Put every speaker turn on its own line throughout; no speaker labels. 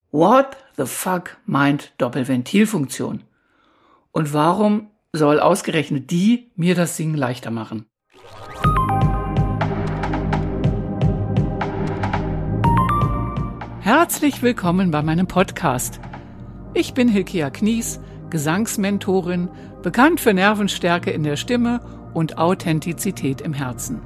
What the fuck meint Doppelventilfunktion? Und warum soll ausgerechnet die mir das Singen leichter machen? Herzlich willkommen bei meinem Podcast. Ich bin Hilkia Knies, Gesangsmentorin, bekannt für Nervenstärke in der Stimme und Authentizität im Herzen.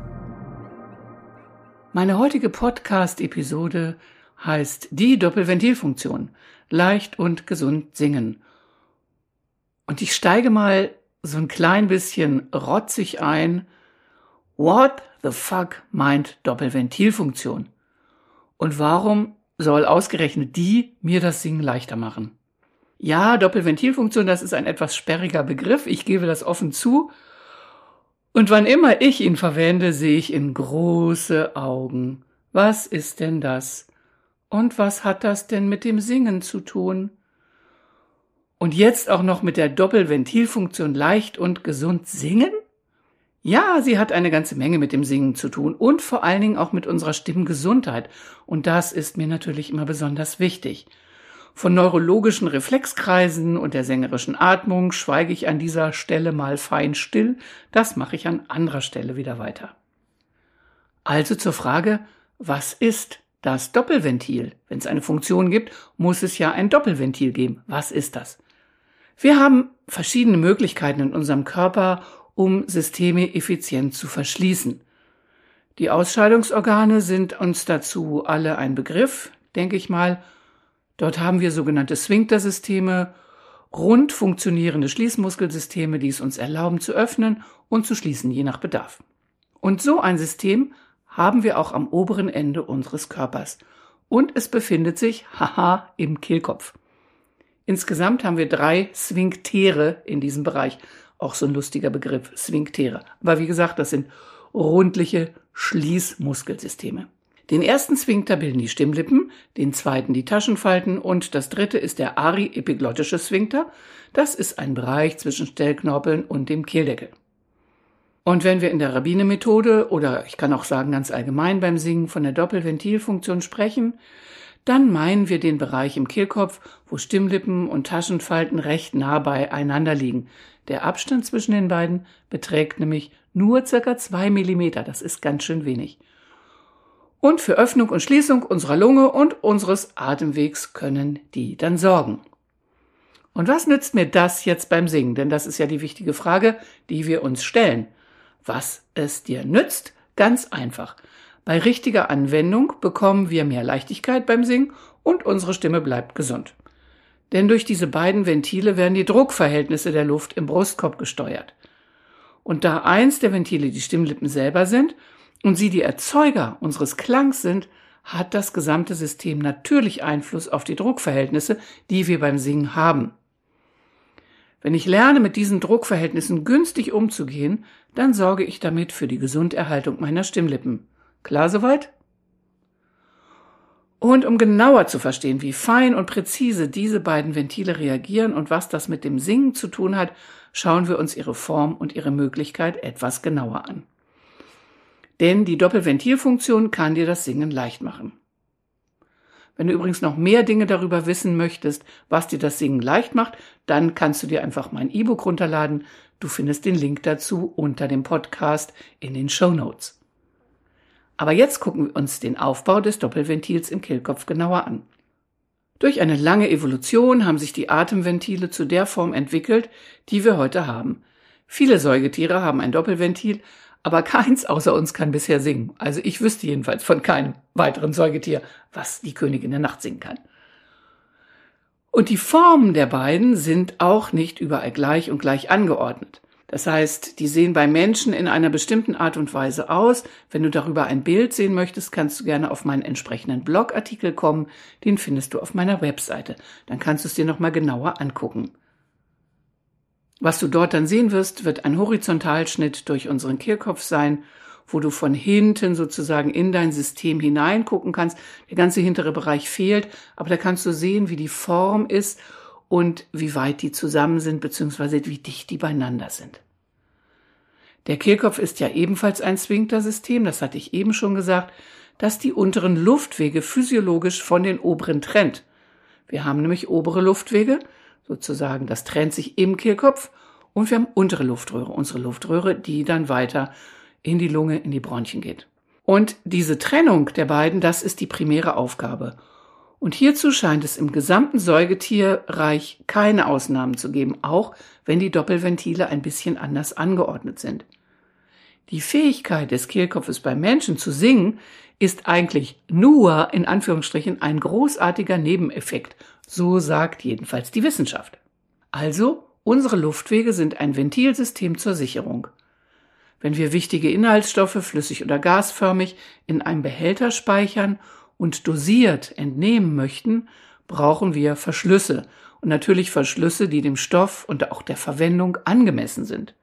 Meine heutige Podcast-Episode heißt die Doppelventilfunktion, leicht und gesund singen. Und ich steige mal so ein klein bisschen rotzig ein. What the fuck meint Doppelventilfunktion? Und warum soll ausgerechnet die mir das Singen leichter machen? Ja, Doppelventilfunktion, das ist ein etwas sperriger Begriff, ich gebe das offen zu. Und wann immer ich ihn verwende, sehe ich in große Augen. Was ist denn das? Und was hat das denn mit dem Singen zu tun? Und jetzt auch noch mit der Doppelventilfunktion leicht und gesund singen? Ja, sie hat eine ganze Menge mit dem Singen zu tun und vor allen Dingen auch mit unserer Stimmgesundheit. Und das ist mir natürlich immer besonders wichtig. Von neurologischen Reflexkreisen und der sängerischen Atmung schweige ich an dieser Stelle mal fein still. Das mache ich an anderer Stelle wieder weiter. Also zur Frage, was ist das Doppelventil? Wenn es eine Funktion gibt, muss es ja ein Doppelventil geben. Was ist das? Wir haben verschiedene Möglichkeiten in unserem Körper, um Systeme effizient zu verschließen. Die Ausscheidungsorgane sind uns dazu alle ein Begriff, denke ich mal. Dort haben wir sogenannte Sphinktersysteme, rund funktionierende Schließmuskelsysteme, die es uns erlauben zu öffnen und zu schließen, je nach Bedarf. Und so ein System haben wir auch am oberen Ende unseres Körpers. Und es befindet sich, im Kehlkopf. Insgesamt haben wir 3 Sphinktere in diesem Bereich. Auch so ein lustiger Begriff, Sphinktere. Aber wie gesagt, das sind rundliche Schließmuskelsysteme. Den ersten Sphinkter bilden die Stimmlippen, den zweiten die Taschenfalten und das dritte ist der ariepiglottische Sphinkter. Das ist ein Bereich zwischen Stellknorpeln und dem Kehldeckel. Und wenn wir in der Rabbiner-Methode oder ich kann auch sagen ganz allgemein beim Singen von der Doppelventilfunktion sprechen, dann meinen wir den Bereich im Kehlkopf, wo Stimmlippen und Taschenfalten recht nah beieinander liegen. Der Abstand zwischen den beiden beträgt nämlich nur ca. 2 mm, das ist ganz schön wenig. Und für Öffnung und Schließung unserer Lunge und unseres Atemwegs können die dann sorgen. Und was nützt mir das jetzt beim Singen? Denn das ist ja die wichtige Frage, die wir uns stellen. Was es dir nützt? Ganz einfach. Bei richtiger Anwendung bekommen wir mehr Leichtigkeit beim Singen und unsere Stimme bleibt gesund. Denn durch diese beiden Ventile werden die Druckverhältnisse der Luft im Brustkorb gesteuert. Und da eins der Ventile die Stimmlippen selber sind und sie die Erzeuger unseres Klangs sind, hat das gesamte System natürlich Einfluss auf die Druckverhältnisse, die wir beim Singen haben. Wenn ich lerne, mit diesen Druckverhältnissen günstig umzugehen, dann sorge ich damit für die Gesunderhaltung meiner Stimmlippen. Klar soweit? Und um genauer zu verstehen, wie fein und präzise diese beiden Ventile reagieren und was das mit dem Singen zu tun hat, schauen wir uns ihre Form und ihre Möglichkeit etwas genauer an. Denn die Doppelventilfunktion kann dir das Singen leicht machen. Wenn du übrigens noch mehr Dinge darüber wissen möchtest, was dir das Singen leicht macht, dann kannst du dir einfach mein E-Book runterladen. Du findest den Link dazu unter dem Podcast in den Shownotes. Aber jetzt gucken wir uns den Aufbau des Doppelventils im Kehlkopf genauer an. Durch eine lange Evolution haben sich die Atemventile zu der Form entwickelt, die wir heute haben. Viele Säugetiere haben ein Doppelventil, aber keins außer uns kann bisher singen. Also ich wüsste jedenfalls von keinem weiteren Säugetier, was die Königin der Nacht singen kann. Und die Formen der beiden sind auch nicht überall gleich und gleich angeordnet. Das heißt, die sehen bei Menschen in einer bestimmten Art und Weise aus. Wenn du darüber ein Bild sehen möchtest, kannst du gerne auf meinen entsprechenden Blogartikel kommen. Den findest du auf meiner Webseite. Dann kannst du es dir nochmal genauer angucken. Was du dort dann sehen wirst, wird ein Horizontalschnitt durch unseren Kehlkopf sein, wo du von hinten sozusagen in dein System hineingucken kannst. Der ganze hintere Bereich fehlt, aber da kannst du sehen, wie die Form ist und wie weit die zusammen sind, beziehungsweise wie dicht die beieinander sind. Der Kehlkopf ist ja ebenfalls ein Sphinktersystem, das hatte ich eben schon gesagt, das die unteren Luftwege physiologisch von den oberen trennt. Wir haben nämlich obere Luftwege, sozusagen, das trennt sich im Kehlkopf, und wir haben untere Luftröhre, unsere Luftröhre, die dann weiter in die Lunge, in die Bronchien geht. Und diese Trennung der beiden, das ist die primäre Aufgabe. Und hierzu scheint es im gesamten Säugetierreich keine Ausnahmen zu geben, auch wenn die Doppelventile ein bisschen anders angeordnet sind. Die Fähigkeit des Kehlkopfes beim Menschen zu singen ist eigentlich nur, in Anführungsstrichen, ein großartiger Nebeneffekt. So sagt jedenfalls die Wissenschaft. Also, unsere Luftwege sind ein Ventilsystem zur Sicherung. Wenn wir wichtige Inhaltsstoffe, flüssig oder gasförmig, in einem Behälter speichern und dosiert entnehmen möchten, brauchen wir Verschlüsse. Und natürlich Verschlüsse, die dem Stoff und auch der Verwendung angemessen sind.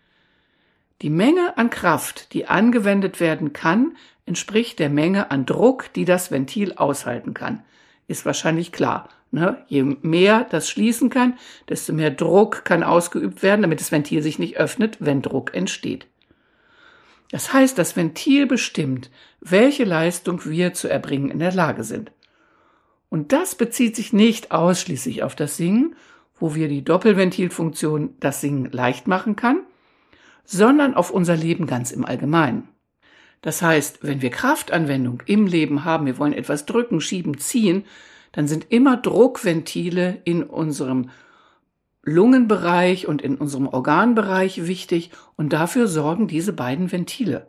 Die Menge an Kraft, die angewendet werden kann, entspricht der Menge an Druck, die das Ventil aushalten kann. Ist wahrscheinlich klar. Ne? Je mehr das schließen kann, desto mehr Druck kann ausgeübt werden, damit das Ventil sich nicht öffnet, wenn Druck entsteht. Das heißt, das Ventil bestimmt, welche Leistung wir zu erbringen in der Lage sind. Und das bezieht sich nicht ausschließlich auf das Singen, wo wir die Doppelventilfunktion das Singen leicht machen kann, sondern auf unser Leben ganz im Allgemeinen. Das heißt, wenn wir Kraftanwendung im Leben haben, wir wollen etwas drücken, schieben, ziehen, dann sind immer Druckventile in unserem Lungenbereich und in unserem Organbereich wichtig und dafür sorgen diese beiden Ventile.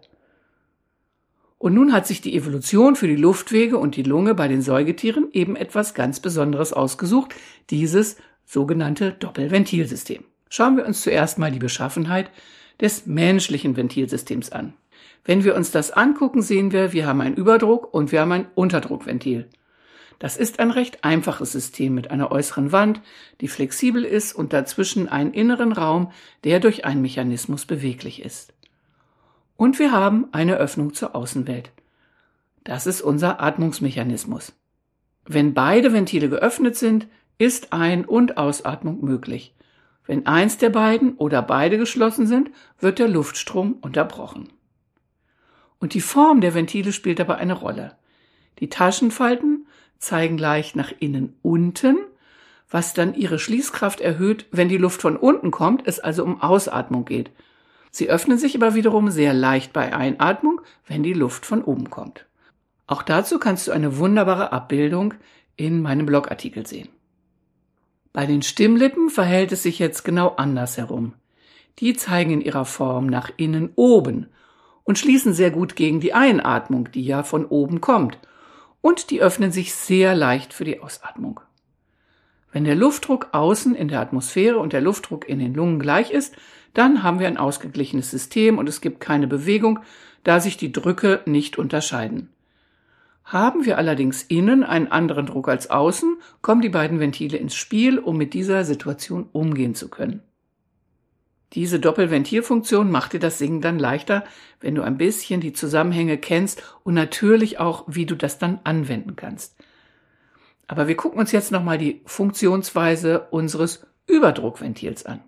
Und nun hat sich die Evolution für die Luftwege und die Lunge bei den Säugetieren eben etwas ganz Besonderes ausgesucht, dieses sogenannte Doppelventilsystem. Schauen wir uns zuerst mal die Beschaffenheit des menschlichen Ventilsystems an. Wenn wir uns das angucken, sehen wir haben einen Überdruck und wir haben ein Unterdruckventil. Das ist ein recht einfaches System mit einer äußeren Wand, die flexibel ist und dazwischen einen inneren Raum, der durch einen Mechanismus beweglich ist. Und wir haben eine Öffnung zur Außenwelt. Das ist unser Atmungsmechanismus. Wenn beide Ventile geöffnet sind, ist Ein- und Ausatmung möglich. Wenn eins der beiden oder beide geschlossen sind, wird der Luftstrom unterbrochen. Und die Form der Ventile spielt dabei eine Rolle. Die Taschenfalten zeigen leicht nach innen unten, was dann ihre Schließkraft erhöht, wenn die Luft von unten kommt, es also um Ausatmung geht. Sie öffnen sich aber wiederum sehr leicht bei Einatmung, wenn die Luft von oben kommt. Auch dazu kannst du eine wunderbare Abbildung in meinem Blogartikel sehen. Bei den Stimmlippen verhält es sich jetzt genau andersherum. Die zeigen in ihrer Form nach innen oben und schließen sehr gut gegen die Einatmung, die ja von oben kommt. Und die öffnen sich sehr leicht für die Ausatmung. Wenn der Luftdruck außen in der Atmosphäre und der Luftdruck in den Lungen gleich ist, dann haben wir ein ausgeglichenes System und es gibt keine Bewegung, da sich die Drücke nicht unterscheiden. Haben wir allerdings innen einen anderen Druck als außen, kommen die beiden Ventile ins Spiel, um mit dieser Situation umgehen zu können. Diese Doppelventilfunktion macht dir das Singen dann leichter, wenn du ein bisschen die Zusammenhänge kennst und natürlich auch, wie du das dann anwenden kannst. Aber wir gucken uns jetzt nochmal die Funktionsweise unseres Überdruckventils an.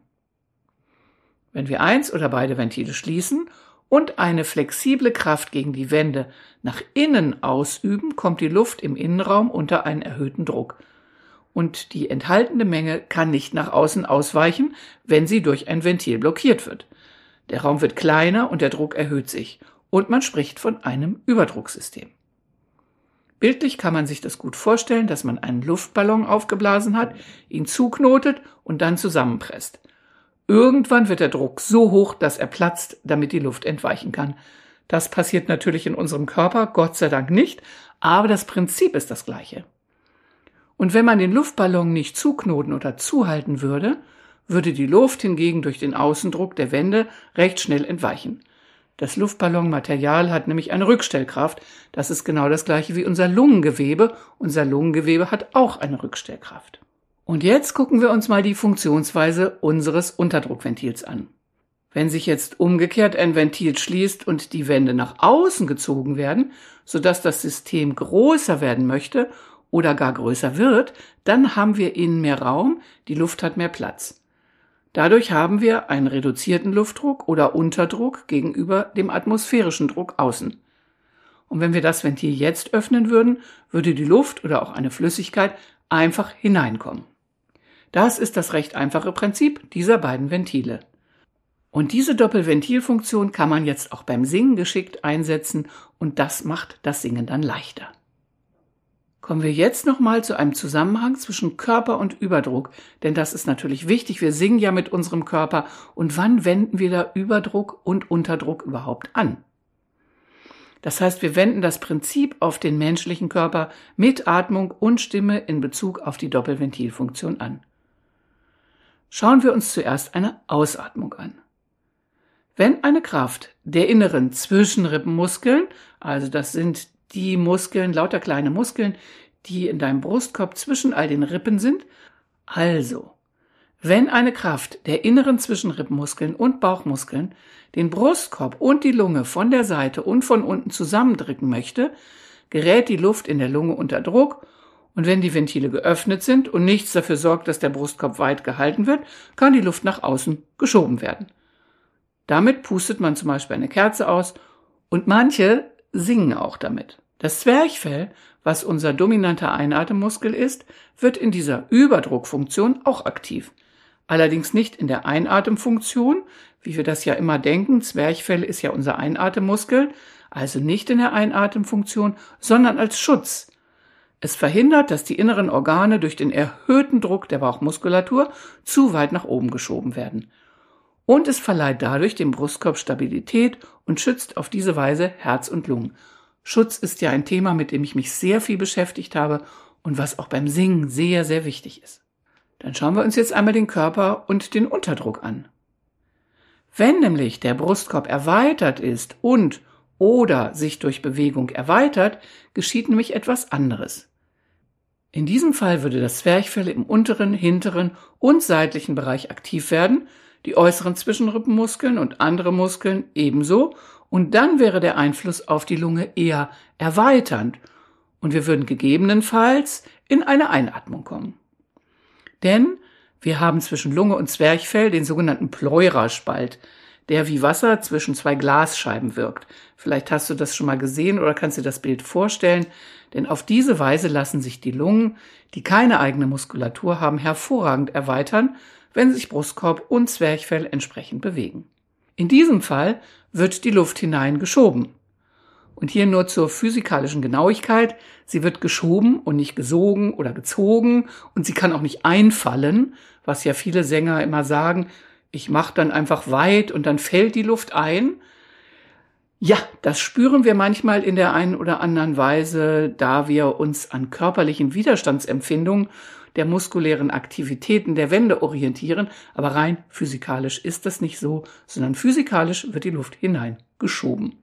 Wenn wir eins oder beide Ventile schließen und eine flexible Kraft gegen die Wände nach innen ausüben, kommt die Luft im Innenraum unter einen erhöhten Druck. Und die enthaltene Menge kann nicht nach außen ausweichen, wenn sie durch ein Ventil blockiert wird. Der Raum wird kleiner und der Druck erhöht sich. Und man spricht von einem Überdrucksystem. Bildlich kann man sich das gut vorstellen, dass man einen Luftballon aufgeblasen hat, ihn zuknotet und dann zusammenpresst. Irgendwann wird der Druck so hoch, dass er platzt, damit die Luft entweichen kann. Das passiert natürlich in unserem Körper, Gott sei Dank nicht, aber das Prinzip ist das gleiche. Und wenn man den Luftballon nicht zuknoten oder zuhalten würde, würde die Luft hingegen durch den Außendruck der Wände recht schnell entweichen. Das Luftballonmaterial hat nämlich eine Rückstellkraft. Das ist genau das gleiche wie unser Lungengewebe. Unser Lungengewebe hat auch eine Rückstellkraft. Und jetzt gucken wir uns mal die Funktionsweise unseres Unterdruckventils an. Wenn sich jetzt umgekehrt ein Ventil schließt und die Wände nach außen gezogen werden, sodass das System größer werden möchte oder gar größer wird, dann haben wir innen mehr Raum, die Luft hat mehr Platz. Dadurch haben wir einen reduzierten Luftdruck oder Unterdruck gegenüber dem atmosphärischen Druck außen. Und wenn wir das Ventil jetzt öffnen würden, würde die Luft oder auch eine Flüssigkeit einfach hineinkommen. Das ist das recht einfache Prinzip dieser beiden Ventile. Und diese Doppelventilfunktion kann man jetzt auch beim Singen geschickt einsetzen und das macht das Singen dann leichter. Kommen wir jetzt nochmal zu einem Zusammenhang zwischen Körper und Überdruck, denn das ist natürlich wichtig. Wir singen ja mit unserem Körper und wann wenden wir da Überdruck und Unterdruck überhaupt an? Das heißt, wir wenden das Prinzip auf den menschlichen Körper mit Atmung und Stimme in Bezug auf die Doppelventilfunktion an. Schauen wir uns zuerst eine Ausatmung an. Wenn eine Kraft der inneren Zwischenrippenmuskeln, also das sind die Muskeln, lauter kleine Muskeln, die in deinem Brustkorb zwischen all den Rippen sind, also wenn eine Kraft der inneren Zwischenrippenmuskeln und Bauchmuskeln den Brustkorb und die Lunge von der Seite und von unten zusammendrücken möchte, gerät die Luft in der Lunge unter Druck und wenn die Ventile geöffnet sind und nichts dafür sorgt, dass der Brustkorb weit gehalten wird, kann die Luft nach außen geschoben werden. Damit pustet man zum Beispiel eine Kerze aus und manche singen auch damit. Das Zwerchfell, was unser dominanter Einatemmuskel ist, wird in dieser Überdruckfunktion auch aktiv. Allerdings nicht in der Einatemfunktion, wie wir das ja immer denken. Zwerchfell ist ja unser Einatemmuskel, also nicht in der Einatemfunktion, sondern als Schutz. Es verhindert, dass die inneren Organe durch den erhöhten Druck der Bauchmuskulatur zu weit nach oben geschoben werden. Und es verleiht dadurch dem Brustkorb Stabilität und schützt auf diese Weise Herz und Lungen. Schutz ist ja ein Thema, mit dem ich mich sehr viel beschäftigt habe und was auch beim Singen sehr, sehr wichtig ist. Dann schauen wir uns jetzt einmal den Körper und den Unterdruck an. Wenn nämlich der Brustkorb erweitert ist und oder sich durch Bewegung erweitert, geschieht nämlich etwas anderes. In diesem Fall würde das Zwerchfell im unteren, hinteren und seitlichen Bereich aktiv werden, die äußeren Zwischenrippenmuskeln und andere Muskeln ebenso, und dann wäre der Einfluss auf die Lunge eher erweiternd und wir würden gegebenenfalls in eine Einatmung kommen. Denn wir haben zwischen Lunge und Zwerchfell den sogenannten Pleuraspalt, der wie Wasser zwischen zwei Glasscheiben wirkt. Vielleicht hast du das schon mal gesehen oder kannst dir das Bild vorstellen, denn auf diese Weise lassen sich die Lungen, die keine eigene Muskulatur haben, hervorragend erweitern, wenn sich Brustkorb und Zwerchfell entsprechend bewegen. In diesem Fall wird die Luft hineingeschoben. Und hier nur zur physikalischen Genauigkeit, sie wird geschoben und nicht gesogen oder gezogen und sie kann auch nicht einfallen, was ja viele Sänger immer sagen, ich mache dann einfach weit und dann fällt die Luft ein. Ja, das spüren wir manchmal in der einen oder anderen Weise, da wir uns an körperlichen Widerstandsempfindungen der muskulären Aktivitäten der Wände orientieren, aber rein physikalisch ist das nicht so, sondern physikalisch wird die Luft hineingeschoben.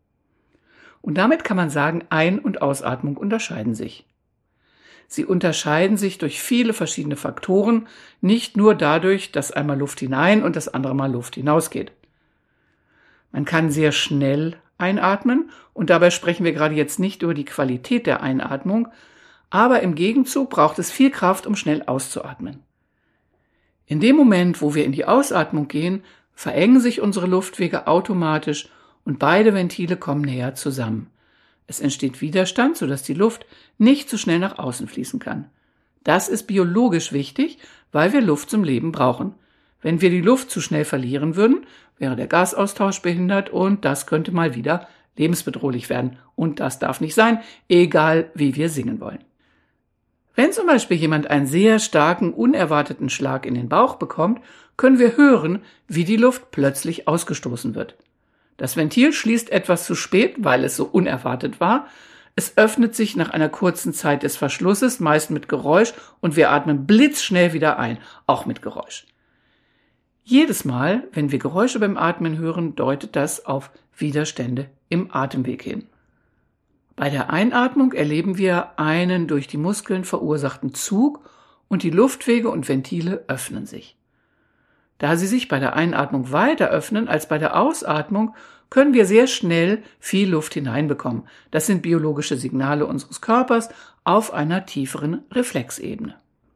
Und damit kann man sagen, Ein- und Ausatmung unterscheiden sich. Sie unterscheiden sich durch viele verschiedene Faktoren, nicht nur dadurch, dass einmal Luft hinein und das andere Mal Luft hinausgeht. Man kann sehr schnell einatmen und dabei sprechen wir gerade jetzt nicht über die Qualität der Einatmung, aber im Gegenzug braucht es viel Kraft, um schnell auszuatmen. In dem Moment, wo wir in die Ausatmung gehen, verengen sich unsere Luftwege automatisch und beide Ventile kommen näher zusammen. Es entsteht Widerstand, sodass die Luft nicht so schnell nach außen fließen kann. Das ist biologisch wichtig, weil wir Luft zum Leben brauchen. Wenn wir die Luft zu schnell verlieren würden, wäre der Gasaustausch behindert und das könnte mal wieder lebensbedrohlich werden. Und das darf nicht sein, egal wie wir singen wollen. Wenn zum Beispiel jemand einen sehr starken, unerwarteten Schlag in den Bauch bekommt, können wir hören, wie die Luft plötzlich ausgestoßen wird. Das Ventil schließt etwas zu spät, weil es so unerwartet war. Es öffnet sich nach einer kurzen Zeit des Verschlusses, meist mit Geräusch, und wir atmen blitzschnell wieder ein, auch mit Geräusch. Jedes Mal, wenn wir Geräusche beim Atmen hören, deutet das auf Widerstände im Atemweg hin. Bei der Einatmung erleben wir einen durch die Muskeln verursachten Zug und die Luftwege und Ventile öffnen sich. Da sie sich bei der Einatmung weiter öffnen als bei der Ausatmung, können wir sehr schnell viel Luft hineinbekommen. Das sind biologische Signale unseres Körpers auf einer tieferen Reflexebene.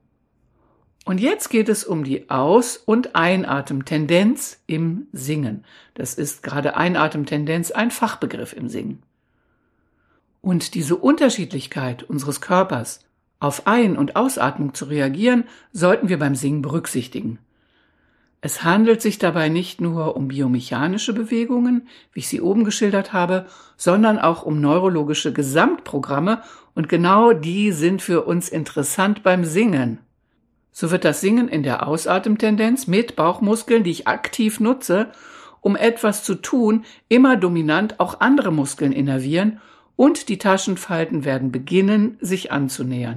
Und jetzt geht es um die Aus- und Einatemtendenz im Singen. Das ist gerade Einatemtendenz ein Fachbegriff im Singen. Und diese Unterschiedlichkeit unseres Körpers auf Ein- und Ausatmung zu reagieren, sollten wir beim Singen berücksichtigen. Es handelt sich dabei nicht nur um biomechanische Bewegungen, wie ich sie oben geschildert habe, sondern auch um neurologische Gesamtprogramme, und genau die sind für uns interessant beim Singen. So wird das Singen in der Ausatemtendenz mit Bauchmuskeln, die ich aktiv nutze, um etwas zu tun, immer dominant auch andere Muskeln innervieren, und die Taschenfalten werden beginnen, sich anzunähern.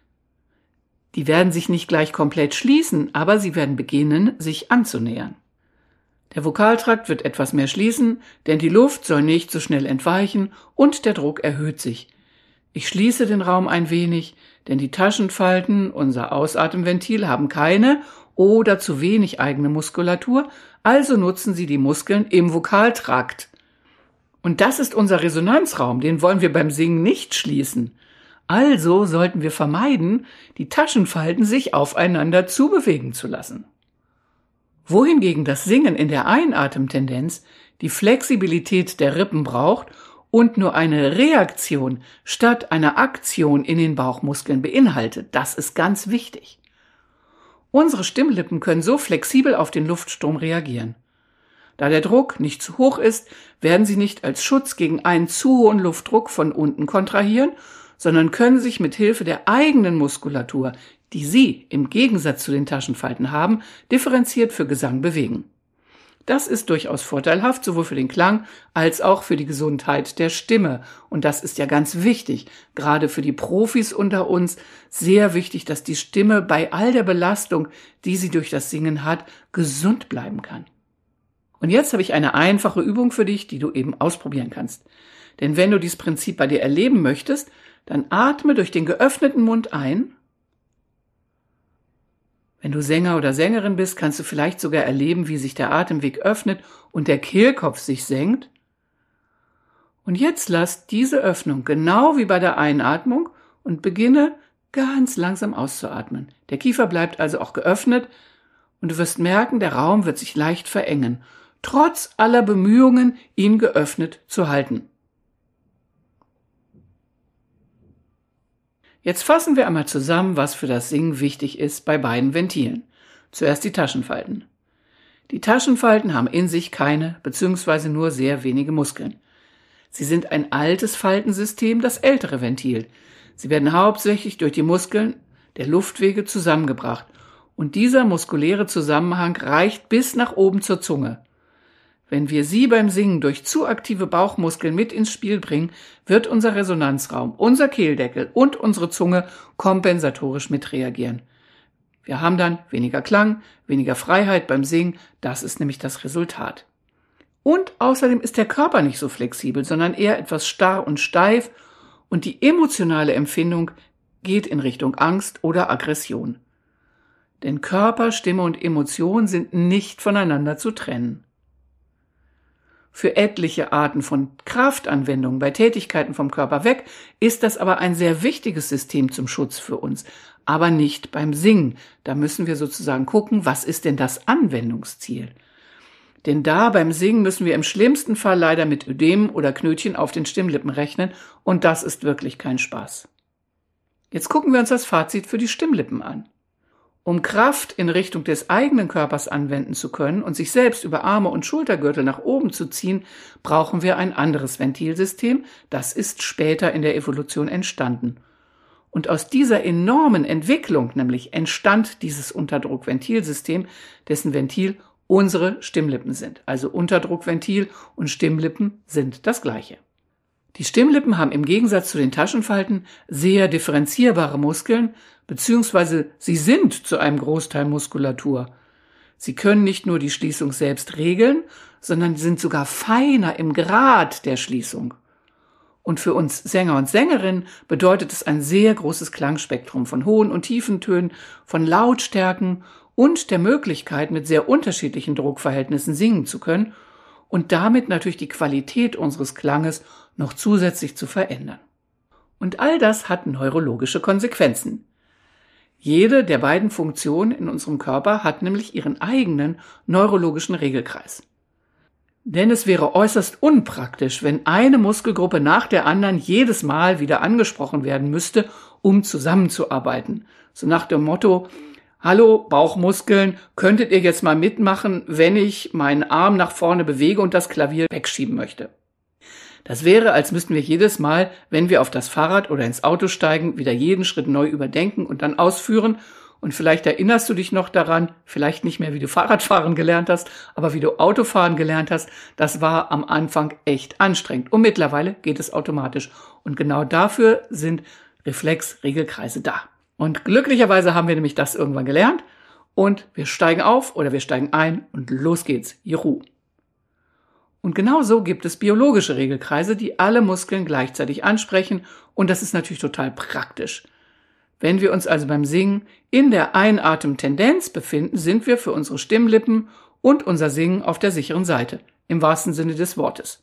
Die werden sich nicht gleich komplett schließen, aber sie werden beginnen, sich anzunähern. Der Vokaltrakt wird etwas mehr schließen, denn die Luft soll nicht so schnell entweichen und der Druck erhöht sich. Ich schließe den Raum ein wenig, denn die Taschenfalten, unser Ausatemventil, haben keine oder zu wenig eigene Muskulatur, also nutzen sie die Muskeln im Vokaltrakt. Und das ist unser Resonanzraum, den wollen wir beim Singen nicht schließen. Also sollten wir vermeiden, die Taschenfalten sich aufeinander zubewegen zu lassen. Wohingegen das Singen in der Einatemtendenz die Flexibilität der Rippen braucht und nur eine Reaktion statt einer Aktion in den Bauchmuskeln beinhaltet, das ist ganz wichtig. Unsere Stimmlippen können so flexibel auf den Luftstrom reagieren. Da der Druck nicht zu hoch ist, werden sie nicht als Schutz gegen einen zu hohen Luftdruck von unten kontrahieren, sondern können sich mit Hilfe der eigenen Muskulatur, die sie im Gegensatz zu den Taschenfalten haben, differenziert für Gesang bewegen. Das ist durchaus vorteilhaft, sowohl für den Klang als auch für die Gesundheit der Stimme. Und das ist ja ganz wichtig, gerade für die Profis unter uns, sehr wichtig, dass die Stimme bei all der Belastung, die sie durch das Singen hat, gesund bleiben kann. Und jetzt habe ich eine einfache Übung für dich, die du eben ausprobieren kannst. Denn wenn du dieses Prinzip bei dir erleben möchtest, dann atme durch den geöffneten Mund ein. Wenn du Sänger oder Sängerin bist, kannst du vielleicht sogar erleben, wie sich der Atemweg öffnet und der Kehlkopf sich senkt. Und jetzt lass diese Öffnung genau wie bei der Einatmung und beginne ganz langsam auszuatmen. Der Kiefer bleibt also auch geöffnet und du wirst merken, der Raum wird sich leicht verengen, trotz aller Bemühungen, ihn geöffnet zu halten. Jetzt fassen wir einmal zusammen, was für das Singen wichtig ist bei beiden Ventilen. Zuerst die Taschenfalten. Die Taschenfalten haben in sich keine bzw. nur sehr wenige Muskeln. Sie sind ein altes Faltensystem, das ältere Ventil. Sie werden hauptsächlich durch die Muskeln der Luftwege zusammengebracht und dieser muskuläre Zusammenhang reicht bis nach oben zur Zunge. Wenn wir sie beim Singen durch zu aktive Bauchmuskeln mit ins Spiel bringen, wird unser Resonanzraum, unser Kehldeckel und unsere Zunge kompensatorisch mitreagieren. Wir haben dann weniger Klang, weniger Freiheit beim Singen, das ist nämlich das Resultat. Und außerdem ist der Körper nicht so flexibel, sondern eher etwas starr und steif und die emotionale Empfindung geht in Richtung Angst oder Aggression. Denn Körper, Stimme und Emotion sind nicht voneinander zu trennen. Für etliche Arten von Kraftanwendungen bei Tätigkeiten vom Körper weg ist das aber ein sehr wichtiges System zum Schutz für uns, aber nicht beim Singen. Da müssen wir sozusagen gucken, was ist denn das Anwendungsziel? Denn da beim Singen müssen wir im schlimmsten Fall leider mit Ödemen oder Knötchen auf den Stimmlippen rechnen und das ist wirklich kein Spaß. Jetzt gucken wir uns das Fazit für die Stimmlippen an. Um Kraft in Richtung des eigenen Körpers anwenden zu können und sich selbst über Arme und Schultergürtel nach oben zu ziehen, brauchen wir ein anderes Ventilsystem, das ist später in der Evolution entstanden. Und aus dieser enormen Entwicklung nämlich entstand dieses Unterdruckventilsystem, dessen Ventil unsere Stimmlippen sind. Also Unterdruckventil und Stimmlippen sind das Gleiche. Die Stimmlippen haben im Gegensatz zu den Taschenfalten sehr differenzierbare Muskeln, beziehungsweise sie sind zu einem Großteil Muskulatur. Sie können nicht nur die Schließung selbst regeln, sondern sind sogar feiner im Grad der Schließung. Und für uns Sänger und Sängerinnen bedeutet es ein sehr großes Klangspektrum von hohen und tiefen Tönen, von Lautstärken und der Möglichkeit, mit sehr unterschiedlichen Druckverhältnissen singen zu können und damit natürlich die Qualität unseres Klanges noch zusätzlich zu verändern. Und all das hat neurologische Konsequenzen. Jede der beiden Funktionen in unserem Körper hat nämlich ihren eigenen neurologischen Regelkreis. Denn es wäre äußerst unpraktisch, wenn eine Muskelgruppe nach der anderen jedes Mal wieder angesprochen werden müsste, um zusammenzuarbeiten. So nach dem Motto: Hallo Bauchmuskeln, könntet ihr jetzt mal mitmachen, wenn ich meinen Arm nach vorne bewege und das Klavier wegschieben möchte? Das wäre, als müssten wir jedes Mal, wenn wir auf das Fahrrad oder ins Auto steigen, wieder jeden Schritt neu überdenken und dann ausführen. Und vielleicht erinnerst du dich noch daran, vielleicht nicht mehr, wie du Fahrradfahren gelernt hast, aber wie du Autofahren gelernt hast. Das war am Anfang echt anstrengend. Und mittlerweile geht es automatisch. Und genau dafür sind Reflexregelkreise da. Und glücklicherweise haben wir nämlich das irgendwann gelernt. Und wir steigen auf oder wir steigen ein und los geht's. Juhu. Und genau so gibt es biologische Regelkreise, die alle Muskeln gleichzeitig ansprechen. Und das ist natürlich total praktisch. Wenn wir uns also beim Singen in der Einatemtendenz befinden, sind wir für unsere Stimmlippen und unser Singen auf der sicheren Seite, im wahrsten Sinne des Wortes.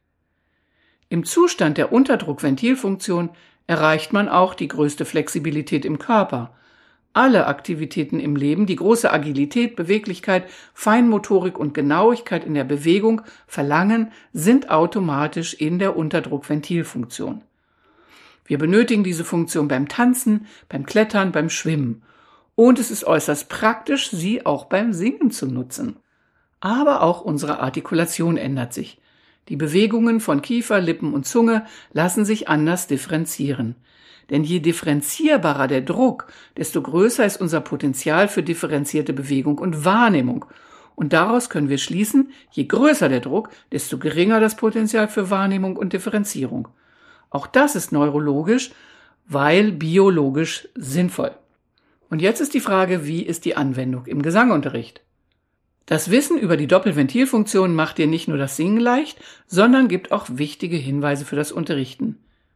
Im Zustand der Unterdruckventilfunktion erreicht man auch die größte Flexibilität im Körper. Alle Aktivitäten im Leben, die große Agilität, Beweglichkeit, Feinmotorik und Genauigkeit in der Bewegung verlangen, sind automatisch in der Unterdruckventilfunktion. Wir benötigen diese Funktion beim Tanzen, beim Klettern, beim Schwimmen. Und es ist äußerst praktisch, sie auch beim Singen zu nutzen. Aber auch unsere Artikulation ändert sich. Die Bewegungen von Kiefer, Lippen und Zunge lassen sich anders differenzieren. Denn je differenzierbarer der Druck, desto größer ist unser Potenzial für differenzierte Bewegung und Wahrnehmung. Und daraus können wir schließen, je größer der Druck, desto geringer das Potenzial für Wahrnehmung und Differenzierung. Auch das ist neurologisch, weil biologisch sinnvoll. Und jetzt ist die Frage, wie ist die Anwendung im Gesangunterricht? Das Wissen über die Doppelventilfunktion macht dir nicht nur das Singen leicht, sondern gibt auch wichtige Hinweise für das Unterrichten.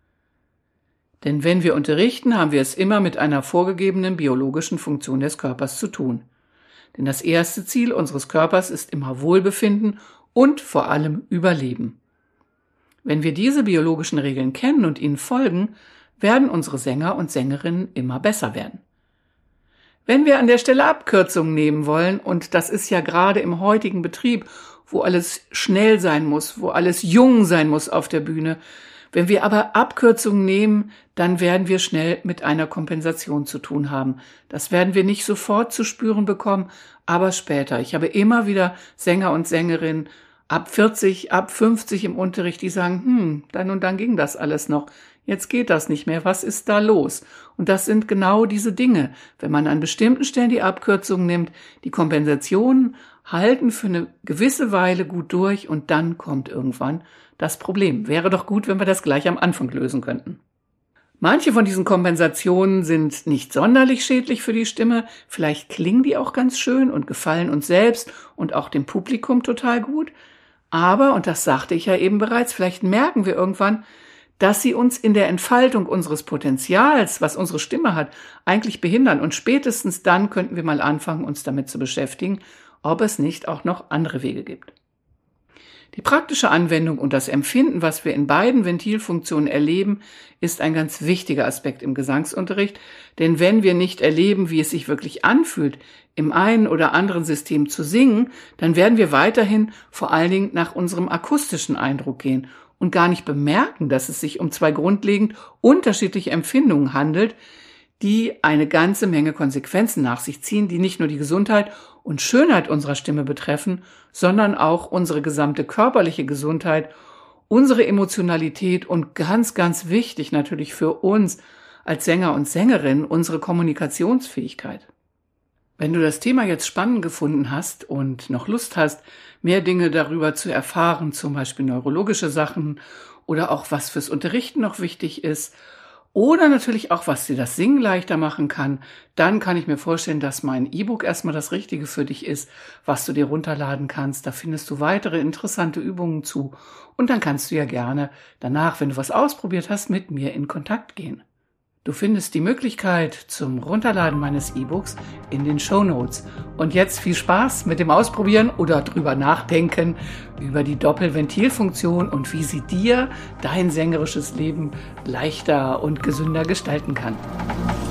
Denn wenn wir unterrichten, haben wir es immer mit einer vorgegebenen biologischen Funktion des Körpers zu tun. Denn das erste Ziel unseres Körpers ist immer Wohlbefinden und vor allem Überleben. Wenn wir diese biologischen Regeln kennen und ihnen folgen, werden unsere Sänger und Sängerinnen immer besser werden. Wenn wir an der Stelle Abkürzungen nehmen wollen, und das ist ja gerade im heutigen Betrieb, wo alles schnell sein muss, wo alles jung sein muss auf der Bühne, wenn wir aber Abkürzungen nehmen, dann werden wir schnell mit einer Kompensation zu tun haben. Das werden wir nicht sofort zu spüren bekommen, aber später. Ich habe immer wieder Sänger und Sängerinnen ab 40, ab 50 im Unterricht, die sagen, dann und dann ging das alles noch. Jetzt geht das nicht mehr. Was ist da los? Und das sind genau diese Dinge. Wenn man an bestimmten Stellen die Abkürzungen nimmt, die Kompensationen halten für eine gewisse Weile gut durch und dann kommt irgendwann das Problem. Wäre doch gut, wenn wir das gleich am Anfang lösen könnten. Manche von diesen Kompensationen sind nicht sonderlich schädlich für die Stimme. Vielleicht klingen die auch ganz schön und gefallen uns selbst und auch dem Publikum total gut. Aber, und das sagte ich ja eben bereits, vielleicht merken wir irgendwann, dass sie uns in der Entfaltung unseres Potenzials, was unsere Stimme hat, eigentlich behindern. Und spätestens dann könnten wir mal anfangen, uns damit zu beschäftigen, ob es nicht auch noch andere Wege gibt. Die praktische Anwendung und das Empfinden, was wir in beiden Ventilfunktionen erleben, ist ein ganz wichtiger Aspekt im Gesangsunterricht. Denn wenn wir nicht erleben, wie es sich wirklich anfühlt, im einen oder anderen System zu singen, dann werden wir weiterhin vor allen Dingen nach unserem akustischen Eindruck gehen und gar nicht bemerken, dass es sich um zwei grundlegend unterschiedliche Empfindungen handelt, die eine ganze Menge Konsequenzen nach sich ziehen, die nicht nur die Gesundheit und Schönheit unserer Stimme betreffen, sondern auch unsere gesamte körperliche Gesundheit, unsere Emotionalität und ganz, ganz wichtig natürlich für uns als Sänger und Sängerin, unsere Kommunikationsfähigkeit. Wenn du das Thema jetzt spannend gefunden hast und noch Lust hast, mehr Dinge darüber zu erfahren, zum Beispiel neurologische Sachen oder auch was fürs Unterrichten noch wichtig ist oder natürlich auch, was dir das Singen leichter machen kann, dann kann ich mir vorstellen, dass mein E-Book erstmal das Richtige für dich ist, was du dir runterladen kannst. Da findest du weitere interessante Übungen zu und dann kannst du ja gerne danach, wenn du was ausprobiert hast, mit mir in Kontakt gehen. Du findest die Möglichkeit zum Runterladen meines E-Books in den Shownotes. Und jetzt viel Spaß mit dem Ausprobieren oder drüber nachdenken über die Doppelventilfunktion und wie sie dir dein sängerisches Leben leichter und gesünder gestalten kann.